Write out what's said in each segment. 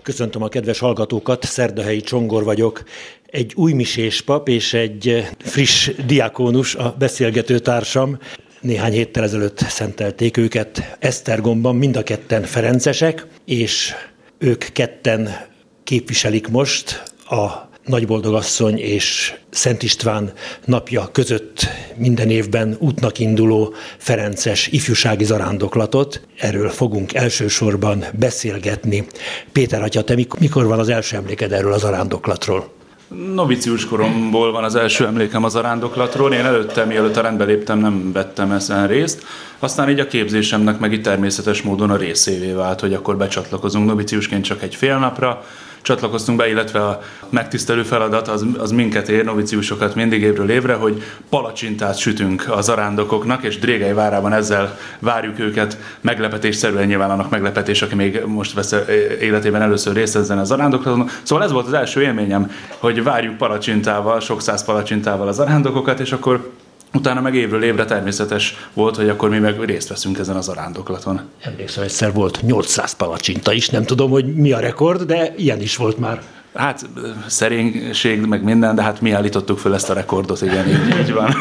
Köszöntöm a kedves hallgatókat, Szerdahelyi Csongor vagyok. Egy újmisés pap és egy friss diákónus a beszélgető társam. Néhány héttel ezelőtt szentelték őket Esztergomban, mind a ketten ferencesek, és ők ketten képviselik most a Nagyboldogasszony és Szent István napja között minden évben útnak induló ferences ifjúsági zarándoklatot. Erről fogunk elsősorban beszélgetni. Péter atya, te mikor van az első emléked erről a zarándoklatról? Novicius koromból van az első emlékem a zarándoklatról. Én előtte, mielőtt a rendbe léptem, nem vettem ezen részt. Aztán így a képzésemnek meg itt természetes módon a részévé vált, hogy akkor becsatlakozunk noviciusként csak egy fél napra. Csatlakoztunk be, illetve a megtisztelő feladat az minket ér, noviciusokat mindig évről évre, hogy palacsintát sütünk a zarándokoknak, és Drégely várában ezzel várjuk őket meglepetésszerűen, nyilván annak meglepetés, aki még most vesz életében először részt ezen a zarándoklaton. Szóval ez volt az első élményem, hogy várjuk palacsintával, sok száz palacsintával a zarándokokat, és akkor utána meg évről évre természetes volt, hogy akkor mi meg részt veszünk ezen a zarándoklaton. Emlékszem, egyszer volt 800 palacsinta is, nem tudom, hogy mi a rekord, de ilyen is volt már. Hát szerénység, meg minden, de hát mi állítottuk föl ezt a rekordot, igen, így van.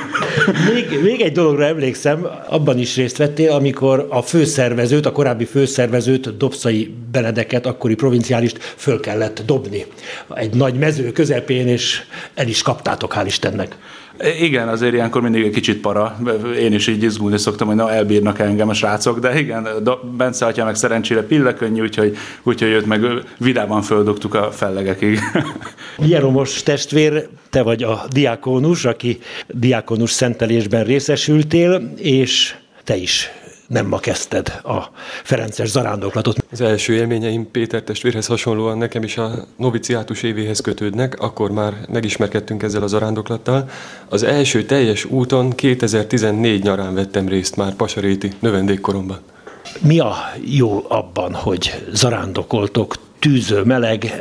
Még egy dologra emlékszem, abban is részt vettél, amikor a főszervezőt, a korábbi főszervezőt, Dobszai Benedeket, akkori provinciálist föl kellett dobni. Egy nagy mező közepén, és el is kaptátok, hál' Istennek. Igen, azért ilyenkor mindig egy kicsit para. Én is így izgulni szoktam, hogy elbírnak engem a srácok, de igen, Bence atya meg szerencsére pillekönnyű, úgyhogy őt meg vidáman földugtuk a fellegekig. Jeromos testvér, te vagy a diákónus, aki diákónus szentelésben részesültél, és te is nem ma kezdted a ferences zarándoklatot. Az első élményeim Péter testvérhez hasonlóan nekem is a noviciátus évéhez kötődnek, akkor már megismerkedtünk ezzel a zarándoklattal. Az első teljes úton 2014 nyarán vettem részt már pasaréti növendékkoromban. Mi a jó abban, hogy zarándokoltok? Tűző, meleg,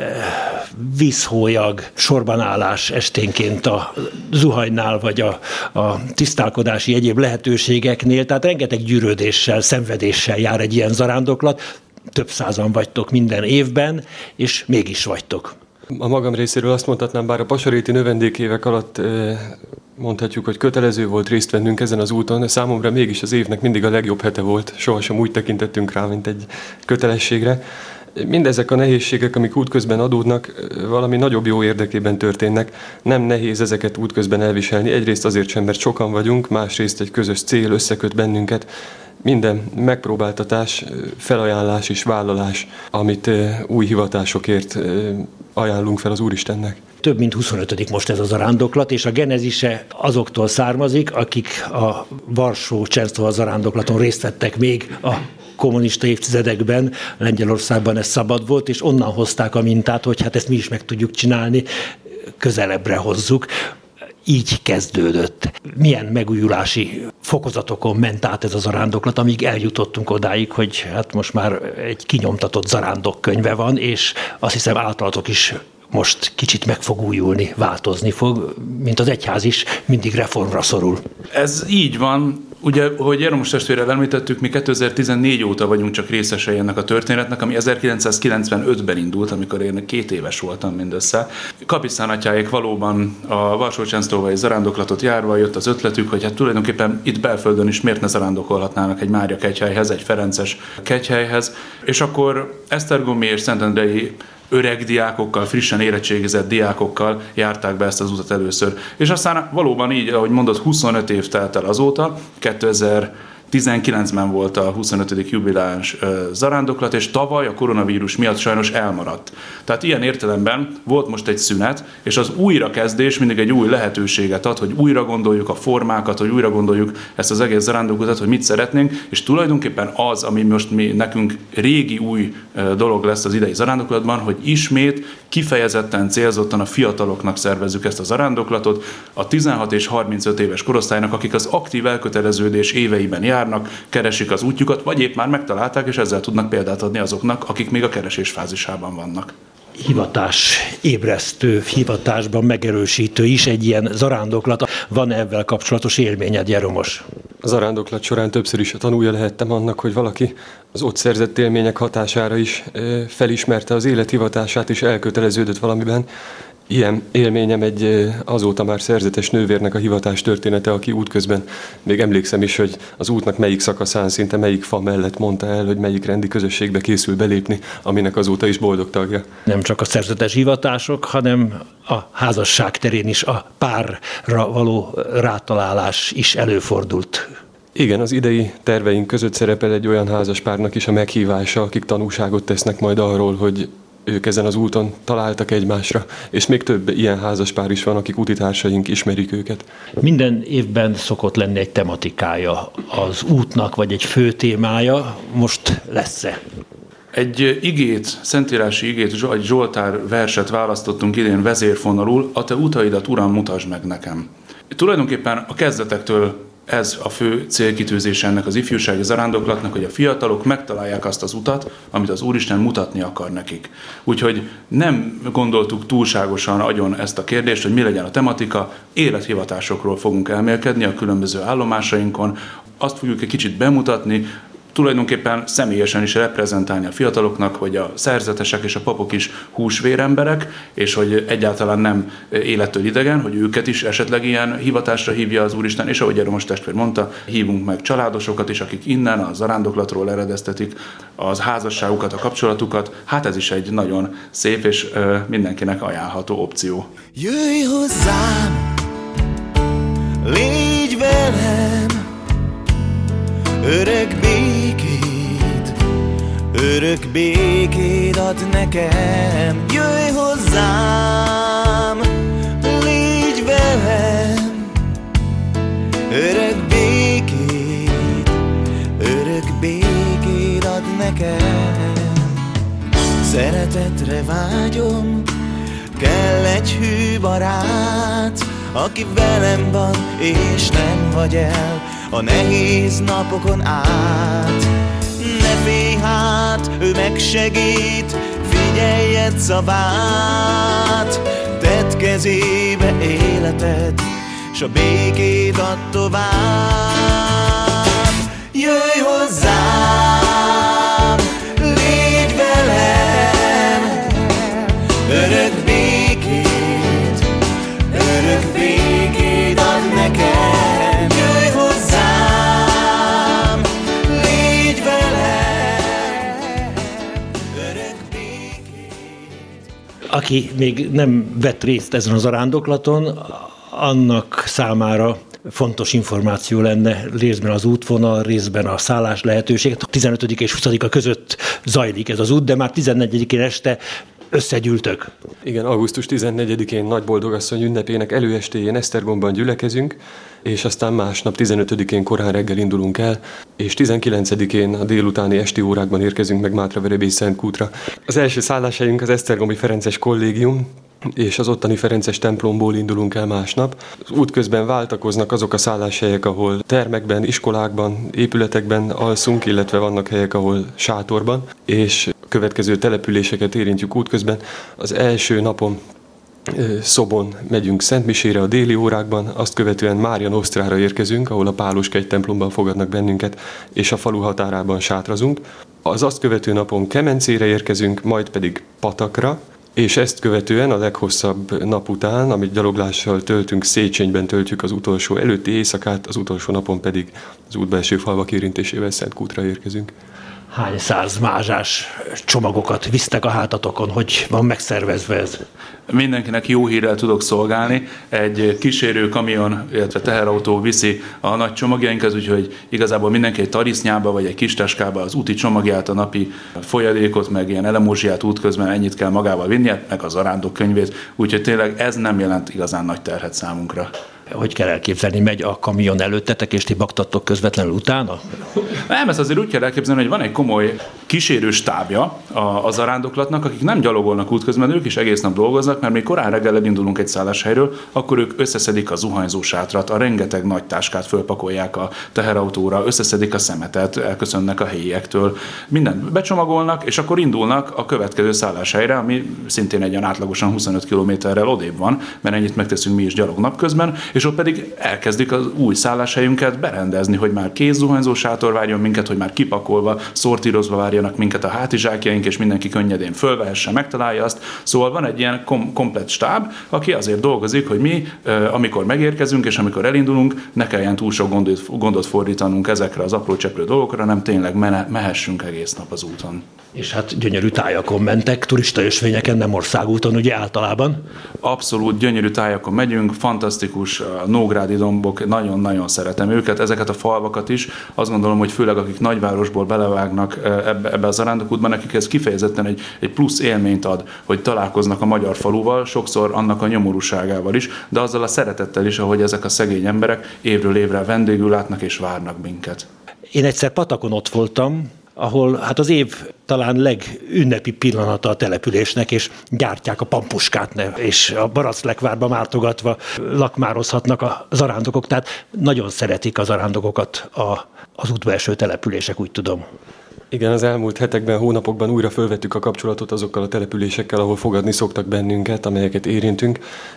vízhólyag, sorbanállás esténként a zuhanynál, vagy a tisztálkodási egyéb lehetőségeknél, tehát rengeteg gyűrődéssel, szenvedéssel jár egy ilyen zarándoklat. Több százan vagytok minden évben, és mégis vagytok. A magam részéről azt mondhatnám, bár a pasaréti növendékévek alatt mondhatjuk, hogy kötelező volt részt vennünk ezen az úton, számomra mégis az évnek mindig a legjobb hete volt, sohasem úgy tekintettünk rá, mint egy kötelességre. Mindezek a nehézségek, amik útközben adódnak, valami nagyobb jó érdekében történnek. Nem nehéz ezeket útközben elviselni. Egyrészt azért sem, mert sokan vagyunk, másrészt egy közös cél összeköt bennünket. Minden megpróbáltatás, felajánlás és vállalás, amit új hivatásokért ajánlunk fel az Úristennek. Több mint 25. most ez a zarándoklat, és a genezise azoktól származik, akik a Varsó-Csensztova zarándoklaton részt vettek még a kommunista évtizedekben. Lengyelországban ez szabad volt, és onnan hozták a mintát, hogy hát ezt mi is meg tudjuk csinálni, közelebbre hozzuk. Így kezdődött. Milyen megújulási fokozatokon ment át ez a zarándoklat, amíg eljutottunk odáig, hogy hát most már egy kinyomtatott zarándokkönyve van, és azt hiszem általatok is most kicsit meg fog újulni, változni fog, mint az egyház is mindig reformra szorul. Ez így van. Ugye, ahogy Jeromos testvérrel említettük, mi 2014 óta vagyunk csak részesei ennek a történetnek, ami 1995-ben indult, amikor én 2 éves voltam mindössze. Kapisztán atyáék valóban a Varsó-Csensztovai zarándoklatot járva jött az ötletük, hogy hát tulajdonképpen itt belföldön is miért ne zarándokolhatnának egy Mária kegyhelyhez, egy ferences kegyhelyhez, és akkor esztergomi és szentendrei öreg diákokkal, frissen érettségizett diákokkal járták be ezt az utat először. És aztán valóban így, ahogy mondod, 25 év telt el azóta, 2019-ben volt a 25. jubileáns zarándoklat, és tavaly a koronavírus miatt sajnos elmaradt. Tehát ilyen értelemben volt most egy szünet, és az újrakezdés mindig egy új lehetőséget ad, hogy újra gondoljuk a formákat, hogy újra gondoljuk ezt az egész zarándokolatot, hogy mit szeretnénk, és tulajdonképpen az, ami most nekünk régi új dolog lesz az idei zarándokolatban, hogy ismét kifejezetten célzottan a fiataloknak szervezzük ezt a zarándoklatot, a 16 és 35 éves korosztálynak, akik az aktív elköteleződés éveiben járnak, keresik az útjukat, vagy épp már megtalálták, és ezzel tudnak példát adni azoknak, akik még a keresés fázisában vannak. hivatás ébresztő, hivatásban megerősítő is egy ilyen zarándoklat. Van ezzel kapcsolatos élményed, Jeromos? A zarándoklat során többször is a tanúja lehettem annak, hogy valaki az ott szerzett élmények hatására is felismerte az élethivatását és elköteleződött valamiben. Ilyen élményem egy azóta már szerzetes nővérnek a hivatás története, aki útközben, még emlékszem is, hogy az útnak melyik szakaszán, szinte melyik fa mellett mondta el, hogy melyik rendi közösségbe készül belépni, aminek azóta is boldog tagja. Nem csak a szerzetes hivatások, hanem a házasság terén is a párra való rátalálás is előfordult. Igen, az idei terveink között szerepel egy olyan házaspárnak is a meghívása, akik tanúságot tesznek majd arról, hogy ők ezen az úton találtak egymásra, és még több ilyen házaspár is van, akik útitársaink, ismerik őket. Minden évben szokott lenni egy tematikája az útnak, vagy egy fő témája. Most lesz-e? Egy igét, szentírási igét, egy Zsoltár verset választottunk idén vezérfonalul, a te utaidat, Uram, mutasd meg nekem. Tulajdonképpen a kezdetektől ez a fő célkitűzés ennek az ifjúsági zarándoklatnak, hogy a fiatalok megtalálják azt az utat, amit az Úristen mutatni akar nekik. Úgyhogy nem gondoltuk túlságosan agyon ezt a kérdést, hogy mi legyen a tematika, élethivatásokról fogunk elmélkedni a különböző állomásainkon, azt fogjuk egy kicsit bemutatni, tulajdonképpen személyesen is reprezentálni a fiataloknak, hogy a szerzetesek és a papok is húsvéremberek, és hogy egyáltalán nem élettől idegen, hogy őket is esetleg ilyen hivatásra hívja az Úristen, és ahogy Jeromos testvér mondta, hívunk meg családosokat is, akik innen a zarándoklatról eredeztetik az házasságukat, a kapcsolatukat. Hát ez is egy nagyon szép és mindenkinek ajánlható opció. Jöjj hozzám, légy velem, örök békét ad nekem. Jöjj hozzám, légy velem, örök békét ad nekem. Szeretetre vágyom, kell egy hű barát, aki velem van és nem hagy el a nehéz napokon át. Ne félj hát, ő megsegít, figyelj szavát, tedd kezébe életed, s a békét add tovább. Jöjj hozzám, légy velem, örök békét ad nekem. Jöjj hozzám, légy velem, örök békét. Aki még nem vett részt ezen a zarándoklaton, annak számára fontos információ lenne részben az útvonal, részben a szállás lehetőség. 15. és 20. között zajlik ez az út, de már 14-én este összegyűltök. Igen, augusztus 14-én Nagyboldogasszony ünnepének előestéjén Esztergomban gyülekezünk, és aztán másnap 15-én korán reggel indulunk el, és 19-én a délutáni esti órákban érkezünk meg Mátraverebély Szentkútra. Az első szálláshelyünk az Esztergomi Ferences Kollégium, és az ottani Ferences templomból indulunk el másnap. Az útközben váltakoznak azok a szálláshelyek, ahol termekben, iskolákban, épületekben alszunk, illetve vannak helyek, ahol sátorban, és következő településeket érintjük útközben. Az első napon Szobon megyünk Szentmisére a déli órákban, azt követően Mária Nosztrára érkezünk, ahol a Páloska templomban fogadnak bennünket, és a falu határában sátrazunk. Az azt követő napon Kemencére érkezünk, majd pedig Patakra, és ezt követően a leghosszabb nap után, amit gyaloglással töltünk, Széchenyben töltjük az utolsó előtti éjszakát, az utolsó napon pedig az útbelső falvak érintésével Szentkútra érkezünk. Hány száz mázsás csomagokat visztek a hátatokon, hogy van megszervezve ez? Mindenkinek jó hírrel tudok szolgálni. Egy kísérő kamion, illetve teherautó viszi a nagy csomagjainkat, úgyhogy igazából mindenki egy tarisznyába vagy egy kis táskába az úti csomagját, a napi folyadékot, meg ilyen elemózsiát útközben ennyit kell magával vinnie, meg a zarándok könyvét, úgyhogy tényleg ez nem jelent igazán nagy terhet számunkra. hogy kell elképzelni, megy a kamion előttetek, és ti baktattok közvetlenül utána? Nem, ezt azért úgy kell elképzelni, hogy van egy komoly kísérő stábja a zarándoklatnak, akik nem gyalogolnak útközben, ők is egész nap dolgoznak, mert még korán reggel elindulunk egy szálláshelyről, akkor ők összeszedik a zuhanyzó sátrat, a rengeteg nagy táskát fölpakolják a teherautóra, összeszedik a szemetet, elköszönnek a helyiektől, mindent becsomagolnak, és akkor indulnak a következő szálláshelyre, ami szintén egy olyan átlagosan 25 kilométerrel odébb van, mert ennyit megteszünk mi is gyalog napközben, és ott pedig elkezdik az új szálláshelyünket berendezni, hogy már kész zuhanyzó sátor várjon minket, hogy már kipakolva, szortírozva várjanak minket a hátizsákjaink, és mindenki könnyedén fölvehesse, megtalálja azt. Szóval van egy ilyen komplett stáb, aki azért dolgozik, hogy mi, amikor megérkezünk, és amikor elindulunk, ne kelljen túl sok gondot fordítanunk ezekre az apró cseprő dolgokra, hanem tényleg mehessünk egész nap az úton. És hát gyönyörű tájakon mentek, turistaösvényeken, nem országúton, ugye általában? Abszolút gyönyörű tájakon megyünk, fantasztikus a nógrádi dombok, nagyon-nagyon szeretem őket, ezeket a falvakat is. Azt gondolom, hogy főleg akik nagyvárosból belevágnak ebbe a zarándokútban, nekik ez kifejezetten egy plusz élményt ad, hogy találkoznak a magyar faluval, sokszor annak a nyomorúságával is, de azzal a szeretettel is, ahogy ezek a szegény emberek évről évre vendégül látnak és várnak minket. Én egyszer Patakon ott voltam, ahol hát az év talán legünnepi pillanata a településnek, és gyártják a pampuskát, és a Baraclekvárba mártogatva lakmározhatnak a zarándokok, tehát nagyon szeretik a zarándokokat az útba eső települések, úgy tudom. Igen, az elmúlt hetekben, hónapokban újra fölvettük a kapcsolatot azokkal a településekkel, ahol fogadni szoktak bennünket, amelyeket érintünk,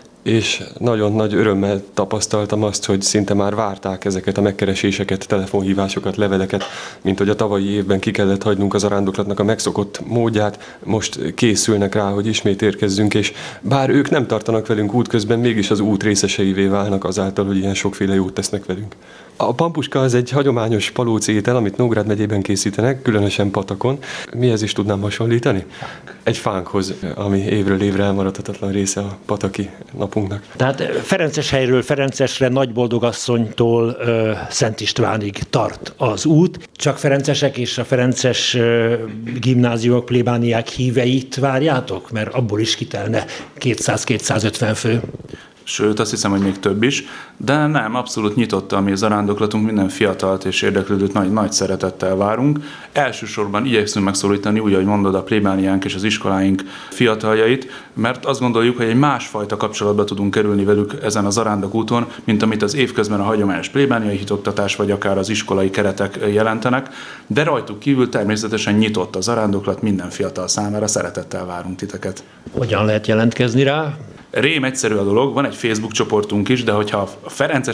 és nagyon nagy örömmel tapasztaltam azt, hogy szinte már várták ezeket a megkereséseket, telefonhívásokat, leveleket, mint hogy a tavalyi évben ki kellett hagynunk az zarándoklatnak a megszokott módját, most készülnek rá, hogy ismét érkezzünk, és bár ők nem tartanak velünk útközben, mégis az út részeseivé válnak azáltal, hogy ilyen sokféle jót tesznek velünk. A pampuska az egy hagyományos palóc étel, amit Nógrád megyében készítenek, különösen Patakon. Mihez is tudnám hasonlítani? Egy fánkhoz, ami évről évre elmaradhatatlan része a pataki napunknak. Tehát Ferenceshelyről Ferencesre, Nagyboldogasszonytól Szent Istvánig tart az út. Csak ferencesek és a ferences gimnáziumok, plébániák híveit várjátok? Mert abból is kitelne 200-250 fő. Sőt, azt hiszem, hogy még több is, de nem, abszolút nyitott a mi zarándoklatunk, minden fiatalt és érdeklődőt nagy szeretettel várunk. Elsősorban igyekszünk megszólítani, úgy, ahogy mondod, a plébániánk és az iskoláink fiataljait, mert azt gondoljuk, hogy egy másfajta kapcsolatba tudunk kerülni velük ezen a zarándokúton, mint amit az évközben a hagyományos plébániai hitoktatás, vagy akár az iskolai keretek jelentenek, de rajtuk kívül természetesen nyitott a zarándoklat, minden fiatal számára, szeretettel várunk titeket. Hogyan lehet jelentkezni rá? Rém egyszerű a dolog, van egy Facebook csoportunk is, de hogyha a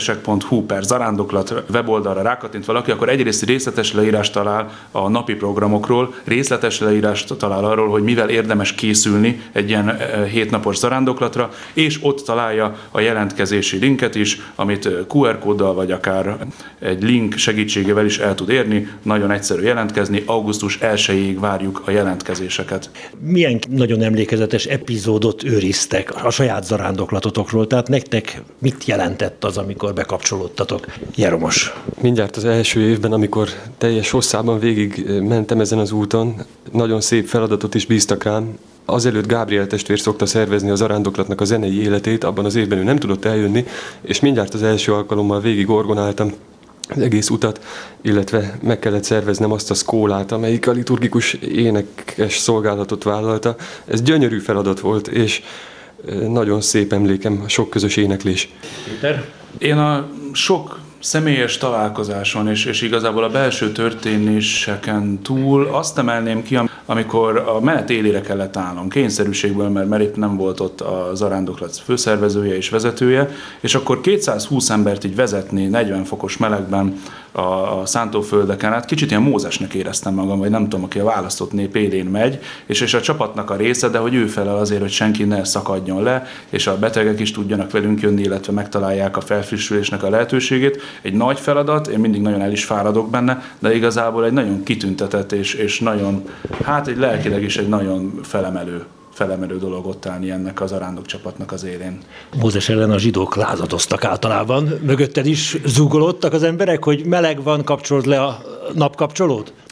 ferencesek.hu/zarándoklat weboldalra rákattint valaki, akkor egyrészt részletes leírást talál a napi programokról, részletes leírást talál arról, hogy mivel érdemes készülni egy ilyen 7 napos zarándoklatra, és ott találja a jelentkezési linket is, amit QR kóddal vagy akár egy link segítségével is el tud érni. Nagyon egyszerű jelentkezni, augusztus 1-ig várjuk a jelentkezéseket. Milyen nagyon emlékezetes epizódot őriztek a saját zarándoklatotok, tehát nektek mit jelentett az, amikor bekapcsolódtatok? Jeromos. Mindjárt az első évben, amikor teljes hosszában végig mentem ezen az úton, nagyon szép feladatot is bíztak rám. Azelőtt Gábriel testvér szokta szervezni a zarándoklatnak a zenei életét, abban az évben ő nem tudott eljönni, és mindjárt az első alkalommal végig orgonáltam az egész utat, illetve meg kellett szerveznem azt a szkólát, amelyik a liturgikus énekes szolgálatot vállalta. Ez gyönyörű feladat volt, és nagyon szép emlékem, sok közös éneklés. Péter? Én a sok személyes találkozáson és igazából a belső történéseken túl azt emelném ki, amikor a menet élére kellett állnom, kényszerűségből, mert épp nem volt ott a zarándoklat főszervezője és vezetője, és akkor 220 embert így vezetni 40 fokos melegben a szántóföldeken, hát kicsit ilyen Mózesnek éreztem magam, vagy nem tudom, aki a választott nép élén megy, és a csapatnak a része, de hogy ő felel azért, hogy senki ne szakadjon le, és a betegek is tudjanak velünk jönni, illetve megtalálják a felfrissülésnek a lehetőségét. Egy nagy feladat, én mindig nagyon el is fáradok benne, de igazából egy nagyon kitüntetett és nagyon, hát egy lelkileg is egy nagyon felemelő dolog ott állni ennek a zarándokcsapatnak az élén. Mózes ellen a zsidók lázadoztak általában. Mögötted is zúgolódtak az emberek, hogy meleg van, kapcsold le a napkapcsolót?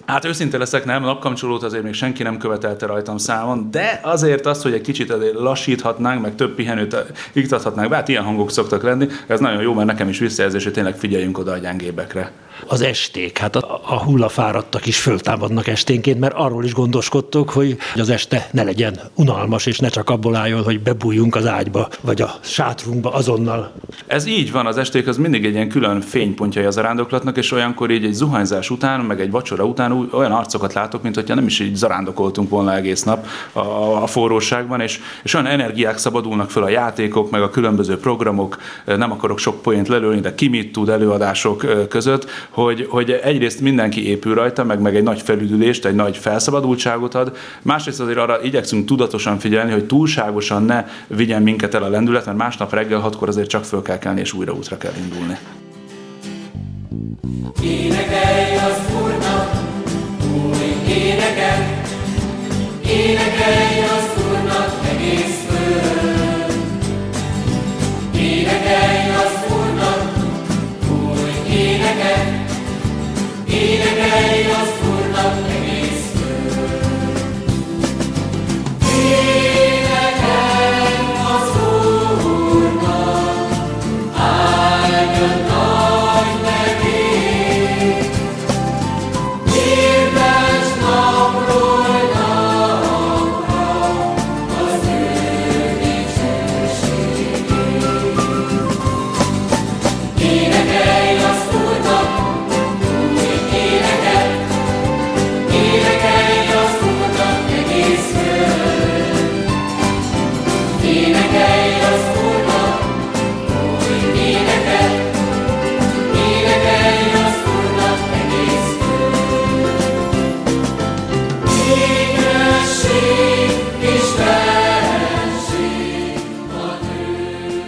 Hát őszinte leszek, nem, napkapcsolót azért még senki nem követelte rajtam számon, de azért azt, hogy egy kicsit lassíthatnánk, meg több pihenőt iktathatnánk be, hát ilyen hangok szoktak lenni, ez nagyon jó, mert nekem is visszajelzés, hogy tényleg figyeljünk oda a gyengébbekre. Az esték, hát a hullafáradtak is föltámadnak esténként, mert arról is gondoskodtok, hogy az este ne legyen unalmas, és ne csak abból álljon, hogy bebújjunk az ágyba, vagy a sátrunkba azonnal. Ez így van, az esték az mindig egy ilyen külön fénypontjai az zarándoklatnak, és olyankor így egy zuhanyzás után, meg egy vacsora után olyan arcokat látok, mint hogyha nem is így zarándokoltunk volna egész nap a forróságban, és olyan energiák szabadulnak föl a játékok, meg a különböző programok, nem akarok sok poént lelőni, de ki mit tud előadások között, hogy egyrészt mindenki épül rajta, meg egy nagy felüdülést, egy nagy felszabadultságot ad, másrészt azért arra igyekszünk tudatosan figyelni, hogy túlságosan ne vigyen minket el a lendület, mert másnap reggel 6-kor azért csak föl kell kelni, és újra útra kell indulni. Énekelj az Úrnak, új éneket, énekelj az Úrnak egész föld. Énekelj az Úrnak, új éneket, énekelj az Úrnak egész föld. Énekelj az Úrnak, áldjon nagy nevét. Hirdesd napról napra az ő dicsőségét. Énekelj az Úrnak, énekelj az Úrnak egész föld. Énekelj az Úrnak új éneket, énekelj az Úrnak egész föld. Ékesség és felség van ő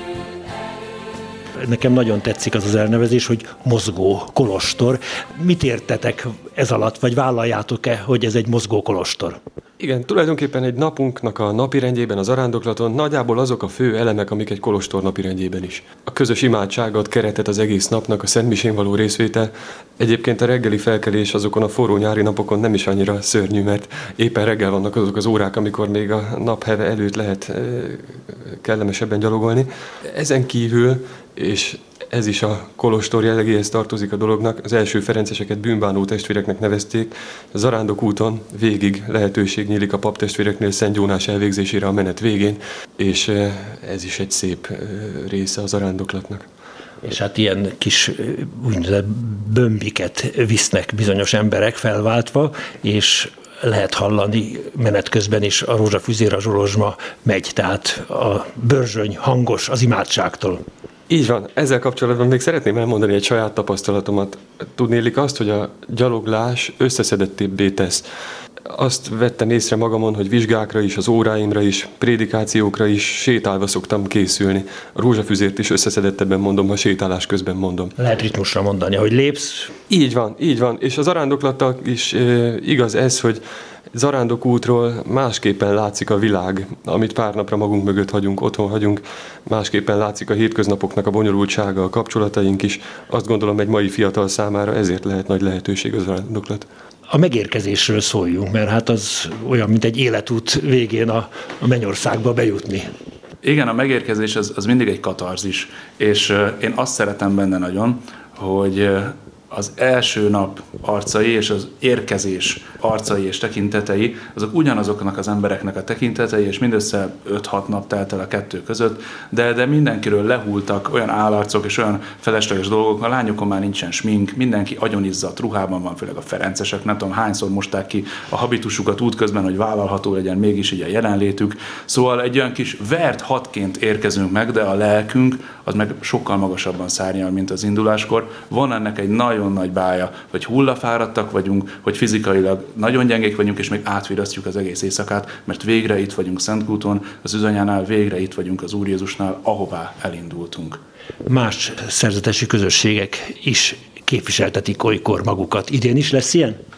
előtt. Nekem nagyon tetszik az elnevezés, hogy mozgó kolostor. Mit értetek ez alatt, vagy vállaljátok-e, hogy ez egy mozgó kolostor? Igen, tulajdonképpen egy napunknak a napirendjében, az zarándoklaton nagyjából azok a fő elemek, amik egy kolostor napirendjében is. A közös imádságot, keretet az egész napnak, a szentmisén való részvétel. Egyébként a reggeli felkelés azokon a forró nyári napokon nem is annyira szörnyű, mert éppen reggel vannak azok az órák, amikor még a napheve előtt lehet kellemesebben gyalogolni. Ezen kívül, és ez is a kolostor jellegéhez tartozik a dolognak, az első ferenceseket bűnbánó testvéreknek nevezték. A zarándok úton végig lehetőség nyílik a paptestvéreknél Szent Jónás elvégzésére a menet végén, és ez is egy szép része a zarándoklatnak. És hát ilyen kis úgynevezett bömbiket visznek bizonyos emberek felváltva, és lehet hallani menet közben is a rózsafüzér, a zsolozsma megy, tehát a börzsöny hangos az imádságtól. Így van. Ezzel kapcsolatban még szeretném elmondani egy saját tapasztalatomat. Tudnélik azt, hogy a gyaloglás összeszedettébbé tesz. Azt vettem észre magamon, hogy vizsgákra is, az óráimra is, prédikációkra is sétálva szoktam készülni. A rózsafüzért is összeszedettebben mondom, ha sétálás közben mondom. Lehet ritmusra mondani, hogy lépsz. Így van, így van. És a zarándoklattal is igaz ez, hogy zarándok útról másképpen látszik a világ, amit pár napra magunk mögött hagyunk, otthon hagyunk, másképpen látszik a hétköznapoknak a bonyolultsága, a kapcsolataink is. Azt gondolom, egy mai fiatal számára ezért lehet nagy lehetőség a zarándoklat. A megérkezésről szóljunk, mert hát az olyan, mint egy életút végén a mennyországba bejutni. Igen, a megérkezés az mindig egy katarzis, és én azt szeretem benne nagyon, hogy az első nap arcai és az érkezés arcai és tekintetei, azok ugyanazoknak az embereknek a tekintetei, és mindössze 5-6 nap telt el a kettő között, de mindenkiről lehultak olyan állarcok és olyan felesleges dolgok, a lányokon már nincsen smink, mindenki agyonizzadt ruhában van, főleg a ferencesek, nem tudom hányszor mosták ki a habitusukat útközben, hogy vállalható legyen mégis így a jelenlétük. Szóval egy olyan kis vert hatként érkezünk meg, de a lelkünk az meg sokkal magasabban szárnyal, mint az induláskor. Van ennek egy nagyon nagy bája, hogy hullafáradtak vagyunk, hogy fizikailag nagyon gyengék vagyunk, és még átvirasztjuk az egész éjszakát, mert végre itt vagyunk Szentkúton, az Üzanyánál, végre itt vagyunk az Úr Jézusnál, ahová elindultunk. Más szerzetesi közösségek is képviseltetik olykor magukat. Idén is lesz ilyen?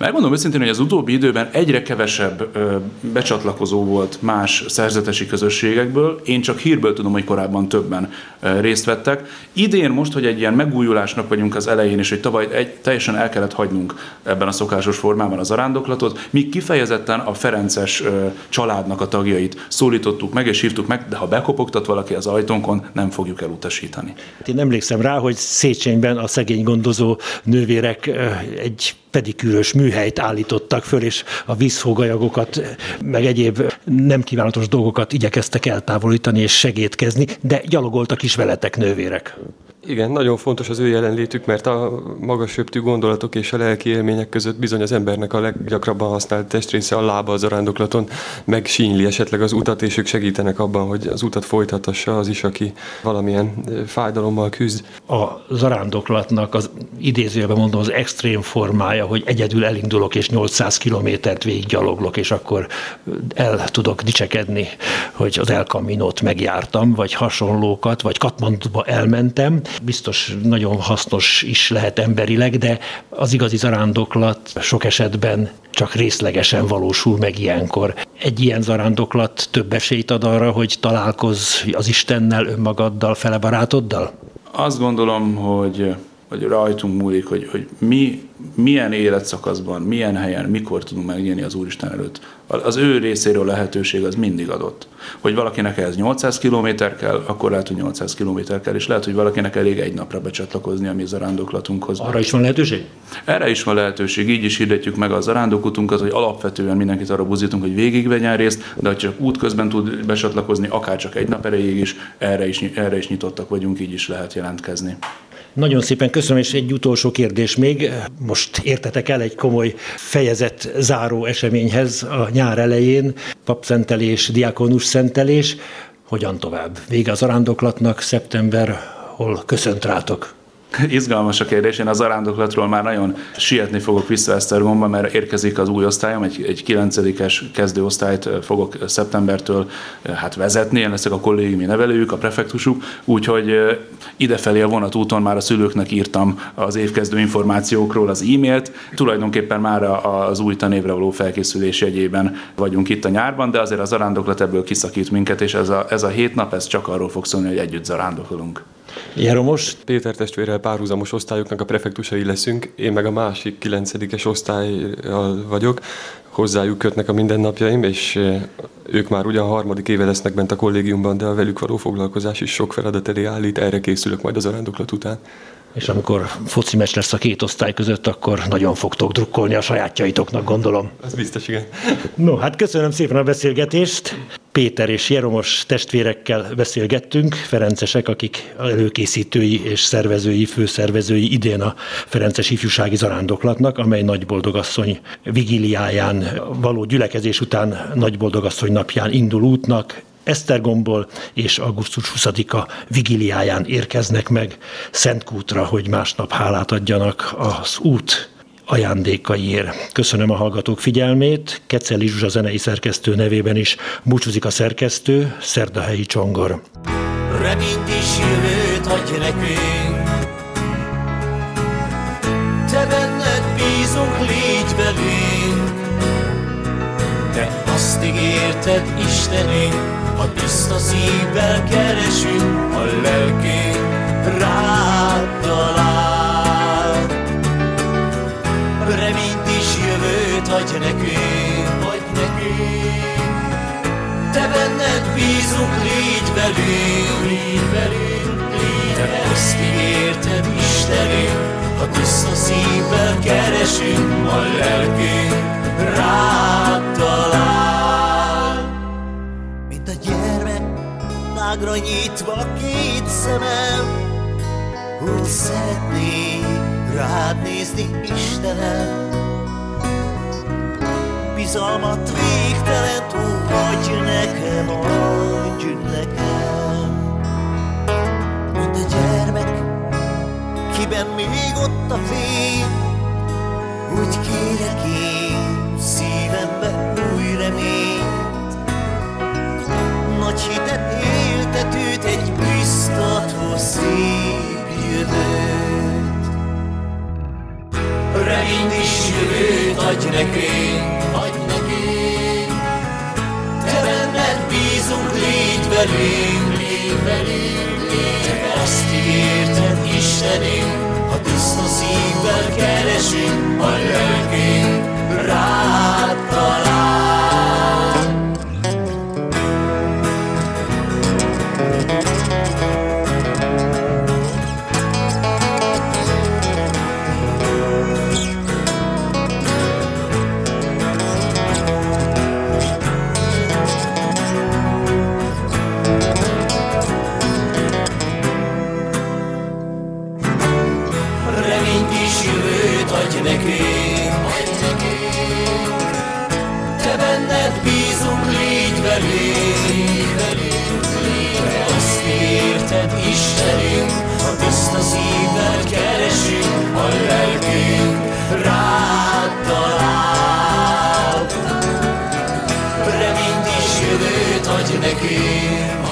Megmondom őszintén, hogy az utóbbi időben egyre kevesebb becsatlakozó volt más szerzetesi közösségekből. Én csak hírből tudom, hogy korábban többen részt vettek. Idén most, hogy egy ilyen megújulásnak vagyunk az elején, és hogy tavaly teljesen el kellett hagynunk ebben a szokásos formában a zarándoklatot, mi kifejezetten a ferences családnak a tagjait szólítottuk meg és hívtuk meg, de ha bekopogtat valaki az ajtónkon, nem fogjuk elutasítani. Én emlékszem rá, hogy Széchenyben a szegény gondozó nővérek egy pedikűrös műhelyt állítottak föl, és a vízfogajagokat, meg egyéb nem kívánatos dolgokat igyekeztek eltávolítani és segédkezni, de gyalogoltak is veletek, nővérek. Igen, nagyon fontos az ő jelenlétük, mert a magas röptű gondolatok és a lelki élmények között bizony az embernek a leggyakrabban használt testrésze a lába a zarándoklaton, megsínyli esetleg az utat, és ők segítenek abban, hogy az utat folytathassa az is, aki valamilyen fájdalommal küzd. A zarándoklatnak az idézőjelben mondom az extrém formája, hogy egyedül elindulok és 800 kilométert végig gyaloglok, és akkor el tudok dicsekedni, hogy az El Caminót megjártam, vagy hasonlókat, vagy Katmanduba elmentem. Biztos nagyon hasznos is lehet emberileg, de az igazi zarándoklat sok esetben csak részlegesen valósul meg ilyenkor. Egy ilyen zarándoklat több esélyt ad arra, hogy találkozz az Istennel, önmagaddal, fele barátoddal? Azt gondolom, hogy rajtunk múlik, hogy mi milyen életszakaszban, milyen helyen, mikor tudunk megnyílni az Úristen előtt. Az ő részéről lehetőség az mindig adott. Hogy valakinek ehhez 800 kilométer kell, akkor lehet, hogy 800 kilométer kell, és lehet, hogy valakinek elég egy napra becsatlakozni a mi zarándoklatunkhoz. Arra is van lehetőség? Erre is van lehetőség, így is hirdetjük meg a zarándokutunkat, hogy alapvetően mindenkit arra buzdítunk, hogy végigvegyen részt, de ha csak útközben tud becsatlakozni, akár csak egy nap erejéig is, erre is nyitottak vagyunk, így is lehet jelentkezni. Nagyon szépen köszönöm, és egy utolsó kérdés még. Most értetek el egy komoly fejezet záró eseményhez a nyár elején, papszentelés, diákonus szentelés. Hogyan tovább? Vége az zarándoklatnak, szeptember, hol köszönt rátok? Izgalmas a kérdés, én a zarándoklatról már nagyon sietni fogok vissza Esztergomba, mert érkezik az új osztályom, egy 9-es kezdőosztályt fogok szeptembertől vezetni, én leszek a kollégiumi nevelőjük, a prefektusuk, úgyhogy idefelé a vonatúton már a szülőknek írtam az évkezdő információkról az e-mailt, tulajdonképpen már az új tanévre való felkészülés jegyében vagyunk itt a nyárban, de azért a zarándoklat ebből kiszakít minket, és ez a 7 nap, ez csak arról fog szólni, hogy együtt zarándokolunk. Jeromos? Péter testvérrel párhuzamos osztályoknak a prefektusai leszünk, én meg a másik 9-es osztályjal vagyok, hozzájuk kötnek a mindennapjaim, és ők már ugyan harmadik éve lesznek bent a kollégiumban, de a velük való foglalkozás is sok feladat elé állít, erre készülök majd a zarándoklat után. És amikor foci meccs lesz a két osztály között, akkor nagyon fogtok drukkolni a sajátjaitoknak, gondolom. Az biztos, igen. No, hát köszönöm szépen a beszélgetést. Péter és Jeromos testvérekkel beszélgettünk, ferencesek, akik előkészítői és szervezői, főszervezői idén a Ferences Ifjúsági Zarándoklatnak, amely Nagyboldogasszony vigíliáján való gyülekezés után Nagyboldogasszony napján indul útnak. Esztergomból és augusztus 20-a vigíliáján érkeznek meg Szentkútra, hogy másnap hálát adjanak az út ajándékaiért. Köszönöm a hallgatók figyelmét, Keceli Zsuzsa zenei szerkesztő nevében is búcsúzik a szerkesztő, Szerdahelyi Csongor. Reményt és jövőt adj nekünk, te benned bízunk, légy velünk, te azt ígérted, Istenünk, ha tiszta szívvel keresünk, a lelkünk rád talál. Reményt és jövőt adj nekünk, te benned bízunk, légy velünk, te azt ígérted, Istenünk, ha tiszta szívvel keresünk, a lelkünk rád talál. Mint a gyermek tágra nyitva két szemem, úgy szeretnék rád nézni, Istenem. Bizalmat végtelent, adj nekem, adj nekem. Mint a gyermek, kiben még ott a fény, úgy kérek én szívembe új reményt. Nagy hitet éltetőt, egy biztató szép jövőt. Reményt és jövőt adj nekünk, adj nekünk. Te benned bízunk, légy velünk, légy velünk, légy velünk. Azt ígérted, Istenünk, ha tiszta szívvel keresünk, a lelkünk rád talál. Adj nekünk, adj nekünk. Te benned bízunk, légy velünk, légy velünk, légy velünk. Azt érted, Istenünk, ha tiszta szívvel keresünk, a lelkünk rád talál. Reményt és jövőt adj nekünk,